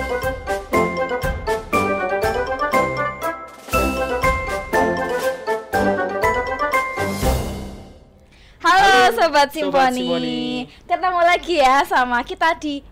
Sobat Simponi, ketemu lagi ya sama kita di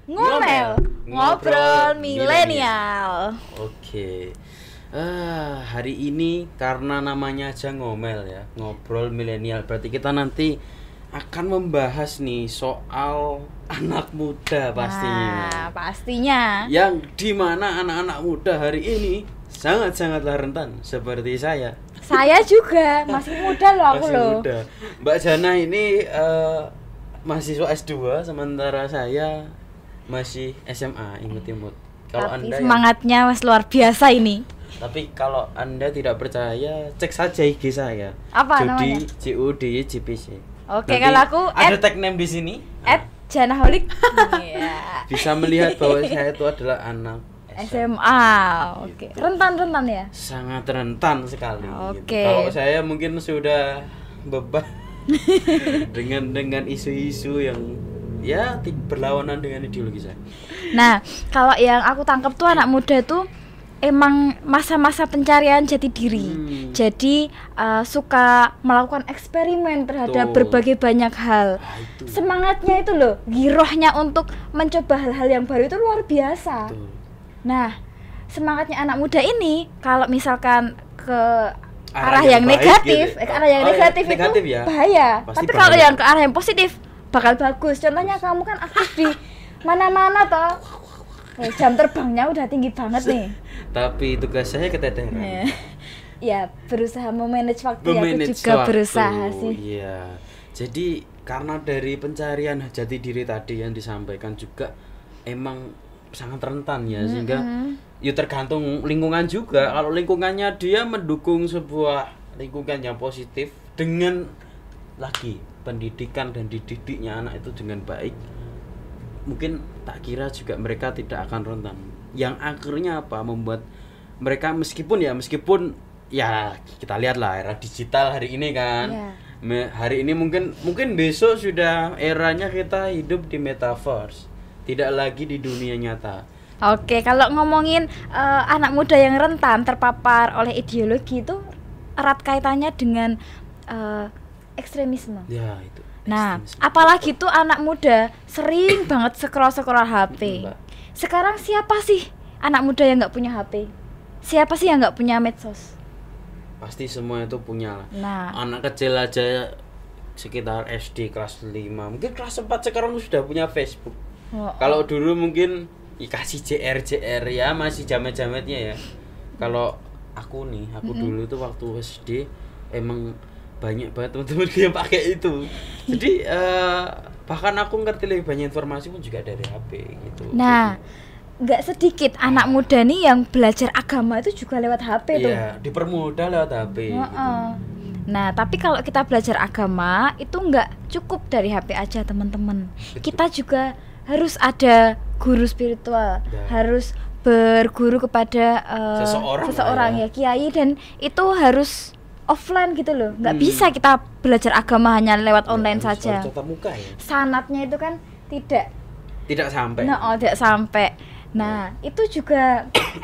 Ngobrol Milenial. Oke, hari ini karena namanya aja ngomel ya, Ngobrol Milenial, berarti kita nanti akan membahas nih soal anak muda pastinya. Pastinya. Yang dimana anak-anak muda hari ini sangat-sangatlah rentan seperti saya. Saya juga masih muda loh aku loh. Muda. Mbak Jana ini mahasiswa S2, sementara saya masih SMA, imut-imut. Kalau Anda semangatnya mas luar biasa ini. Tapi kalau Anda tidak percaya, cek saja IG saya. Apa namanya? JUDYJPC. Oke, kalau aku ada tag name di sini. @janaholic. Bisa melihat bahwa saya itu adalah anak SMA. Oke. Rentan ya? Sangat rentan sekali. Oke. Gitu. Kalau saya mungkin sudah beban dengan isu-isu yang ya berlawanan dengan ideologi saya. Nah, kalau yang aku tangkap tuh anak muda tuh emang masa-masa pencarian jati diri. Jadi suka melakukan eksperimen terhadap berbagai banyak hal. Semangatnya itu loh, girohnya untuk mencoba hal-hal yang baru itu luar biasa. Nah, semangatnya anak muda ini kalau misalkan ke arah yang negatif, gitu. Arah yang negatif itu ya? Bahaya. Pasti tapi kalau yang ke arah yang positif bakal bagus. Contohnya kamu kan aktif di mana-mana toh. Jam terbangnya udah tinggi banget nih. Tapi tugas saya keteteran. Ya, berusaha memanage waktu. Aku juga berusaha sih. Iya. Jadi karena dari pencarian jati diri tadi yang disampaikan juga emang sangat rentan ya, sehingga ya tergantung lingkungan juga. Kalau lingkungannya dia mendukung sebuah lingkungan yang positif dengan lagi pendidikan dan dididiknya anak itu dengan baik, mungkin tak kira juga mereka tidak akan rentan. Yang akhirnya apa, membuat mereka meskipun ya kita lihatlah era digital hari ini kan. Hari ini mungkin besok sudah eranya kita hidup di metaverse, tidak lagi di dunia nyata. Oke, kalau ngomongin anak muda yang rentan terpapar oleh ideologi itu erat kaitannya dengan ekstremisme. Ya, itu. Nah, apalagi tuh anak muda sering banget scroll HP. Sekarang siapa sih anak muda yang nggak punya HP? Siapa sih yang nggak punya medsos? Pasti semua itu punya lah. Nah, anak kecil aja sekitar SD kelas 5, mungkin kelas 4 sekarang sudah punya Facebook. Kalau dulu mungkin dikasih JR ya, masih jamet-jametnya ya. Kalau aku dulu tuh waktu SD emang banyak banget teman-teman yang pakai itu. Jadi bahkan aku ngerti lebih banyak informasi pun juga dari HP gitu. Nah, nggak sedikit anak muda nih yang belajar agama itu juga lewat HP tuh. Iya, dipermudah lewat HP gitu. Nah, tapi kalau kita belajar agama itu nggak cukup dari HP aja teman-teman. Kita juga harus ada guru spiritual, harus berguru kepada seseorang ya, kiai, dan itu harus offline gitu loh. Nggak bisa kita belajar agama hanya lewat online saja. Muka, ya? Sanatnya itu kan tidak sampai. Tidak sampai. Nah, itu juga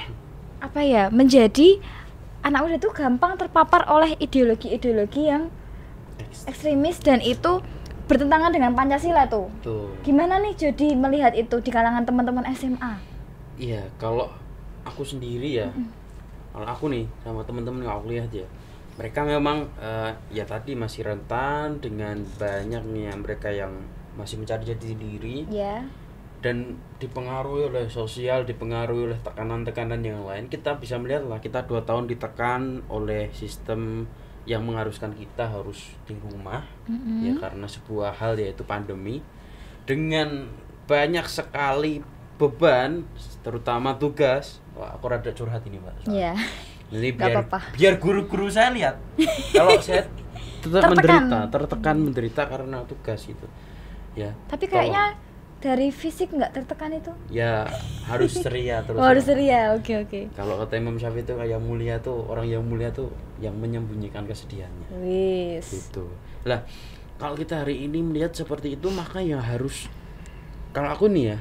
menjadi anak muda itu gampang terpapar oleh ideologi yang ekstremis dan itu bertentangan dengan Pancasila tuh. Gimana nih Jody melihat itu di kalangan teman-teman SMA? Iya, kalau aku sendiri ya, kalau aku nih sama teman-teman yang aku lihat ya, mereka memang ya tadi masih rentan dengan banyaknya mereka yang masih mencari jati diri. Dan dipengaruhi oleh sosial, dipengaruhi oleh tekanan-tekanan yang lain. Kita bisa melihat lah, kita 2 tahun ditekan oleh sistem yang mengharuskan kita harus di rumah ya karena sebuah hal yaitu pandemi, dengan banyak sekali beban terutama tugas. Wah, aku rada curhat ini Mbak. Iya. Jadi biar guru-guru saya lihat kalau saya tetap tertekan menderita karena tugas itu. Ya. Tapi kayaknya dari fisik nggak tertekan itu? Ya harus ceria terus. Harus ceria, oke. Kalau kata Imam Syafi'i itu kayak mulia tuh, orang yang mulia tuh yang menyembunyikan kesedihannya. Gitu. Lah, kalau kita hari ini melihat seperti itu, maka ya harus, kalau aku nih ya,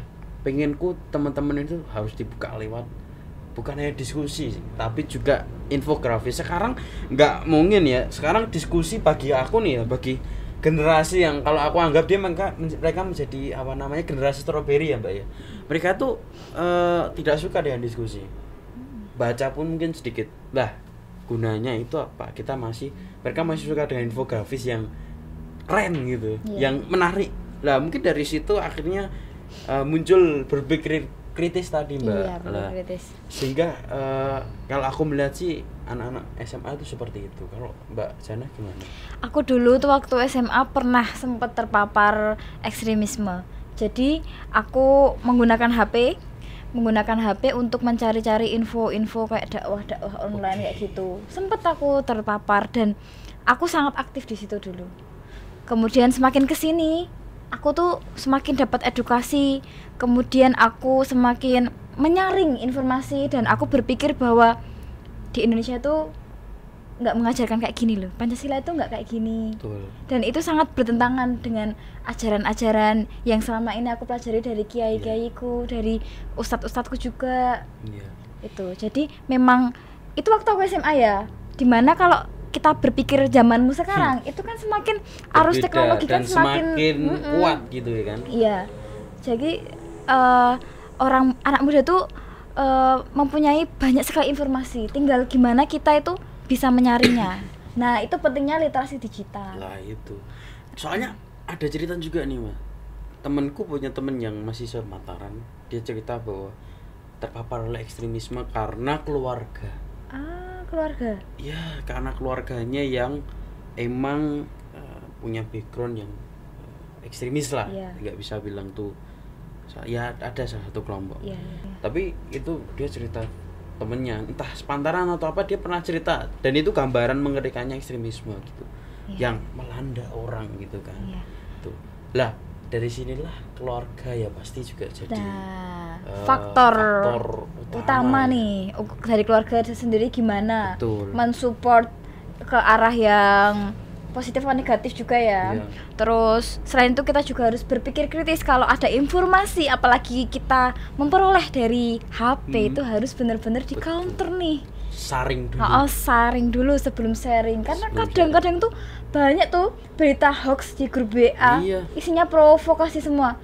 pengenku teman-teman itu harus dibuka lewat bukan hanya diskusi sih, tapi juga infografis. Sekarang nggak mungkin ya, sekarang diskusi bagi aku nih ya, bagi generasi yang kalau aku anggap mereka menjadi apa namanya generasi strawberry ya mbak ya, mereka tuh tidak suka dengan diskusi, baca pun mungkin sedikit lah. Gunanya itu apa, mereka masih suka dengan infografis yang keren gitu, yang menarik lah. Mungkin dari situ akhirnya muncul berpikir kritis tadi mbak. Kritis. Sehingga kalau aku melihat sih anak-anak SMA itu seperti itu. Kalau mbak Jana gimana? Aku dulu tuh waktu SMA pernah sempat terpapar ekstremisme. Jadi aku menggunakan HP untuk mencari-cari info-info kayak dakwah online kayak gitu. Sempat aku terpapar dan aku sangat aktif di situ dulu. Kemudian semakin kesini aku tuh semakin dapat edukasi, kemudian aku semakin menyaring informasi dan aku berpikir bahwa di Indonesia tuh nggak mengajarkan kayak gini loh, Pancasila itu nggak kayak gini. Betul. Dan itu sangat bertentangan dengan ajaran-ajaran yang selama ini aku pelajari dari kiai-kiaiku, dari ustadz-ustadzku juga. Itu jadi memang itu waktu aku SMA ya, dimana kalau kita berpikir zamanmu sekarang itu kan semakin arus teknologi kan semakin kuat gitu ya kan. Iya. Jadi anak muda tuh mempunyai banyak sekali informasi, tinggal gimana kita itu bisa menyaringnya. Nah, itu pentingnya literasi digital. Lah itu. Soalnya ada cerita juga nih, Mas. Temenku punya temen yang masih Mataram, dia cerita bahwa terpapar oleh ekstremisme karena keluarga. Keluarga? Ya, karena keluarganya yang emang punya background yang ekstremis lah. Nggak bisa bilang tuh ya ada salah satu kelompok. Tapi itu dia cerita temennya, entah sepantaran atau apa, dia pernah cerita dan itu gambaran mengerikannya ekstremisme gitu, yang melanda orang gitu kan. Tuh. Lah, dari sinilah keluarga ya pasti juga jadi faktor utama ya. Nih dari keluarga sendiri gimana mensupport ke arah yang positif atau negatif juga ya. Terus selain itu kita juga harus berpikir kritis kalau ada informasi, apalagi kita memperoleh dari HP itu harus benar-benar di counter nih. Saring dulu. Saring dulu sebelum sharing, karena kadang-kadang tuh banyak tuh berita hoax di grup WA, isinya provokasi semua.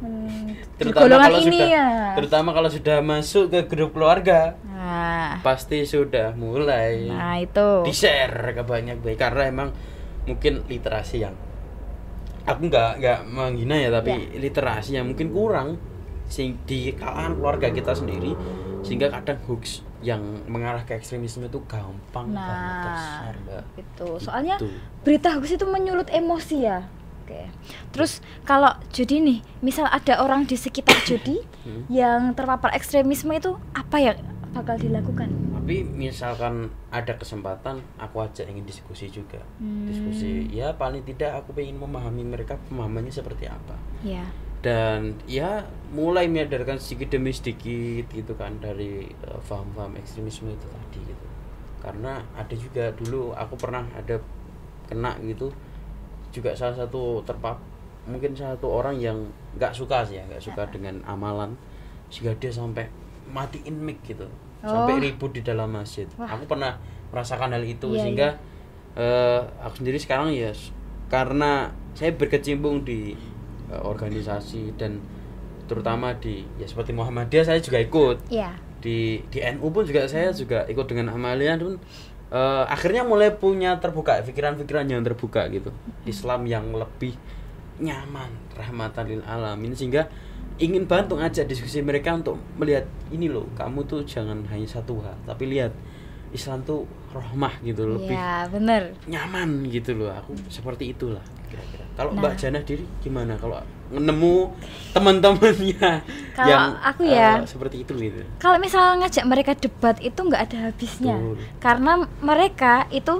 Terutama kalau sudah masuk ke grup keluarga, pasti sudah mulai itu di-share ke banyak baik, karena emang mungkin literasi yang aku nggak menghina ya, tapi literasi yang mungkin kurang di kalangan keluarga kita sendiri, sehingga kadang hoax yang mengarah ke ekstremisme itu gampang banget tersebar, Mbak. Itu soalnya berita hoax itu menyulut emosi ya. Terus kalau Jody nih, misal ada orang di sekitar Jody yang terpapar ekstremisme, itu apa yang bakal dilakukan? Tapi misalkan ada kesempatan, aku ajak ingin diskusi juga. Diskusi, ya paling tidak aku ingin memahami mereka, pemahamannya seperti apa. Dan ya mulai menyadarkan sedikit demi sedikit gitu kan dari paham-paham ekstremisme itu tadi gitu. Karena ada juga dulu aku pernah ada kena gitu, juga salah satu mungkin salah satu orang yang nggak suka dengan amalan, sehingga dia sampai matiin mic gitu, sampai ribut di dalam masjid. Aku pernah merasakan hal itu, sehingga aku sendiri sekarang ya, karena saya berkecimpung di organisasi dan terutama di seperti Muhammadiyah, saya juga ikut. Di NU pun juga saya juga ikut dengan amalia pun. Akhirnya mulai punya pikiran-pikiran yang terbuka gitu, Islam yang lebih nyaman, rahmatan lil alamin, sehingga ingin bantu ngajak diskusi mereka untuk melihat ini loh, kamu tuh jangan hanya satu hal, tapi lihat Islam tuh rahmah gitu, lebih bener, nyaman gitu loh. Aku seperti itulah kira-kira. Kalau Mbak Jana diri gimana kalau nemu teman-temannya yang aku seperti itu gitu? Kalau misal ngajak mereka debat itu nggak ada habisnya. Karena mereka itu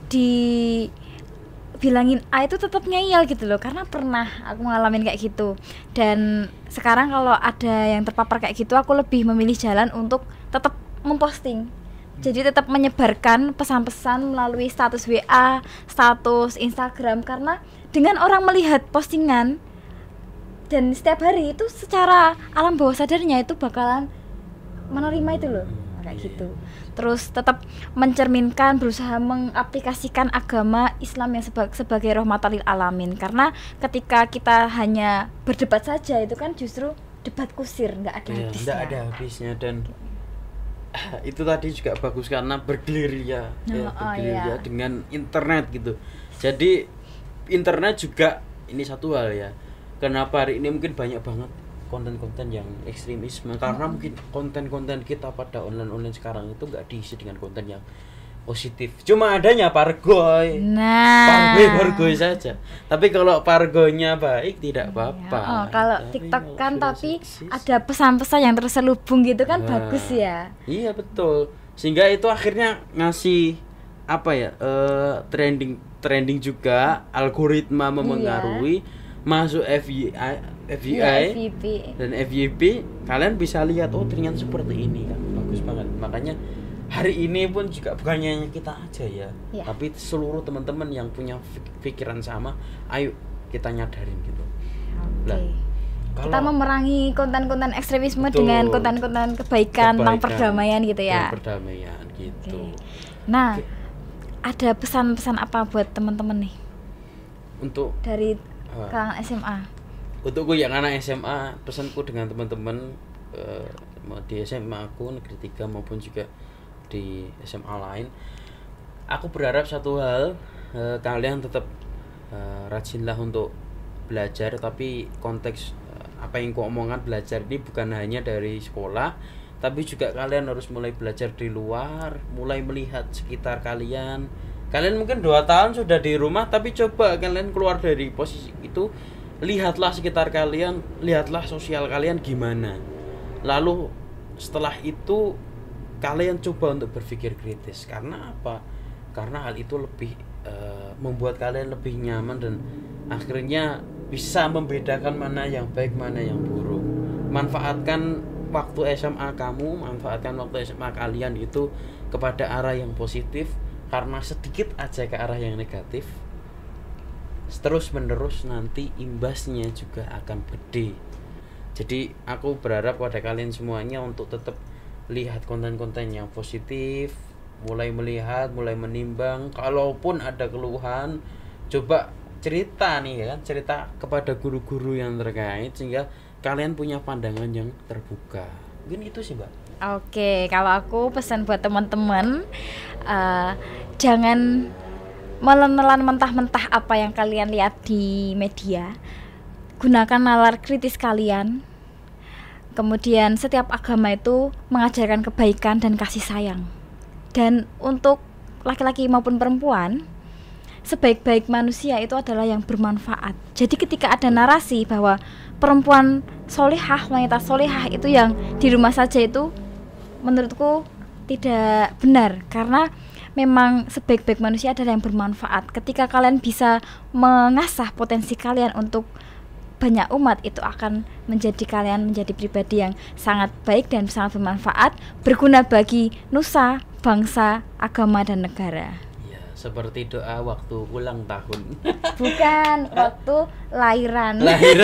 dibilangin A itu tetap ngeyel gitu loh, karena pernah aku ngalamin kayak gitu. Dan sekarang kalau ada yang terpapar kayak gitu, aku lebih memilih jalan untuk tetap memposting. Jadi tetap menyebarkan pesan-pesan melalui status WA, status Instagram, karena dengan orang melihat postingan dan setiap hari itu secara alam bawah sadarnya itu bakalan menerima itu loh, kayak gitu. Terus tetap mencerminkan, berusaha mengaplikasikan agama Islam yang sebagai rahmatan lil alamin, karena ketika kita hanya berdebat saja itu kan justru debat kusir, nggak ada habisnya. Nggak ada habisnya. Dan itu tadi juga bagus karena bergerilya bergerilya dengan internet gitu. Jadi internet juga ini satu hal ya, kenapa hari ini mungkin banyak banget konten-konten yang ekstremisme, karena mungkin konten-konten kita pada online sekarang itu nggak diisi dengan konten yang positif, cuma adanya pargoy. Pargoy saja. Tapi kalau pargoynya baik tidak apa-apa. Kalau TikTok kan tapi ada pesan-pesan yang terselubung gitu kan, bagus ya. Iya betul. Sehingga itu akhirnya ngasih apa ya, trending juga, algoritma memengaruhi, masuk FYP dan FYP, kalian bisa lihat oh ternyata seperti ini kan, bagus banget. Makanya hari ini pun juga bukannya hanya kita aja ya, tapi seluruh teman-teman yang punya pikiran sama, ayo kita nyadarin gitu. Nah, kita memerangi konten-konten ekstremisme dengan konten-konten kebaikan tentang perdamaian gitu ya. Perdamaian gitu. Nah, ada pesan-pesan apa buat teman-teman nih? Untuk dari kalangan SMA. Untukku yang anak SMA, pesanku dengan teman-teman di SMA aku negeri 3 maupun juga di SMA lain, aku berharap satu hal, kalian tetap rajinlah untuk belajar, tapi konteks apa yang ku omongkan belajar ini bukan hanya dari sekolah, tapi juga kalian harus mulai belajar di luar, mulai melihat sekitar kalian. Kalian mungkin 2 tahun sudah di rumah, tapi coba kalian keluar dari posisi itu, lihatlah sekitar kalian, lihatlah sosial kalian gimana. Lalu setelah itu kalian coba untuk berpikir kritis. Karena apa? Karena hal itu lebih membuat kalian lebih nyaman dan akhirnya bisa membedakan mana yang baik, mana yang buruk. Manfaatkan waktu SMA kamu, manfaatkan waktu SMA kalian itu kepada arah yang positif. Karena sedikit aja ke arah yang negatif, terus menerus nanti imbasnya juga akan gede. Jadi aku berharap pada kalian semuanya untuk tetap lihat konten-konten yang positif, mulai melihat, mulai menimbang. Kalaupun ada keluhan, coba cerita nih ya, cerita kepada guru-guru yang terkait sehingga kalian punya pandangan yang terbuka. Mungkin itu sih, Mbak. Oke, kalau aku pesan buat teman-teman, jangan menelan mentah-mentah apa yang kalian lihat di media. Gunakan nalar kritis kalian. Kemudian setiap agama itu mengajarkan kebaikan dan kasih sayang. Dan untuk laki-laki maupun perempuan, sebaik-baik manusia itu adalah yang bermanfaat. Jadi ketika ada narasi bahwa perempuan solihah, wanita solihah itu yang di rumah saja, itu menurutku tidak benar, karena memang sebaik-baik manusia adalah yang bermanfaat. Ketika kalian bisa mengasah potensi kalian untuk banyak umat, itu akan menjadi kalian menjadi pribadi yang sangat baik dan sangat bermanfaat, berguna bagi nusa, bangsa, agama, dan negara. Ya, seperti doa waktu ulang tahun. Bukan, waktu lahiran.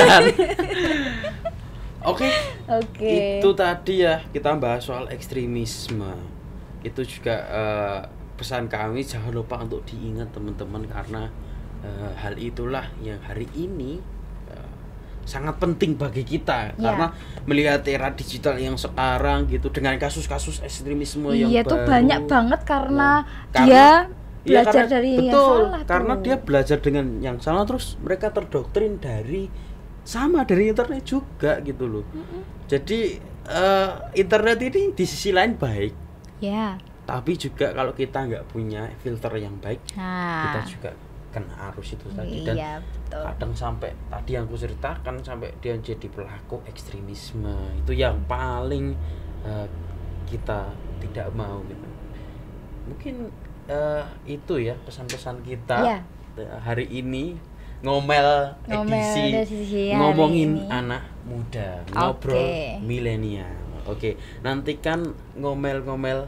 Oke. Itu tadi ya, kita bahas soal ekstremisme. Itu juga pesan kami, jangan lupa untuk diingat teman-teman, karena hal itulah yang hari ini sangat penting bagi kita. Karena melihat era digital yang sekarang gitu, dengan kasus-kasus ekstremisme yang baru. Iya, tuh banyak banget karena dia belajar dari yang salah. Karena dia belajar dengan yang salah, terus mereka terdoktrin dari internet juga gitu loh. Jadi internet ini di sisi lain baik, tapi juga kalau kita nggak punya filter yang baik, kita juga kena arus itu tadi. Dan betul. Kadang sampai tadi yang aku ceritakan, sampai dia jadi pelaku ekstremisme, itu yang paling kita tidak mau gitu. Mungkin itu ya pesan-pesan kita hari ini, ngomel edisi ngomongin anak muda, ngobrol milenial. Oke, nantikan ngomel-ngomel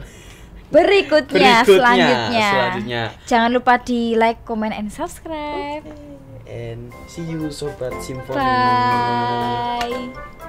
berikutnya. Selanjutnya. Jangan lupa di like, comment, and subscribe. and see you Sobat Simfoni. Bye.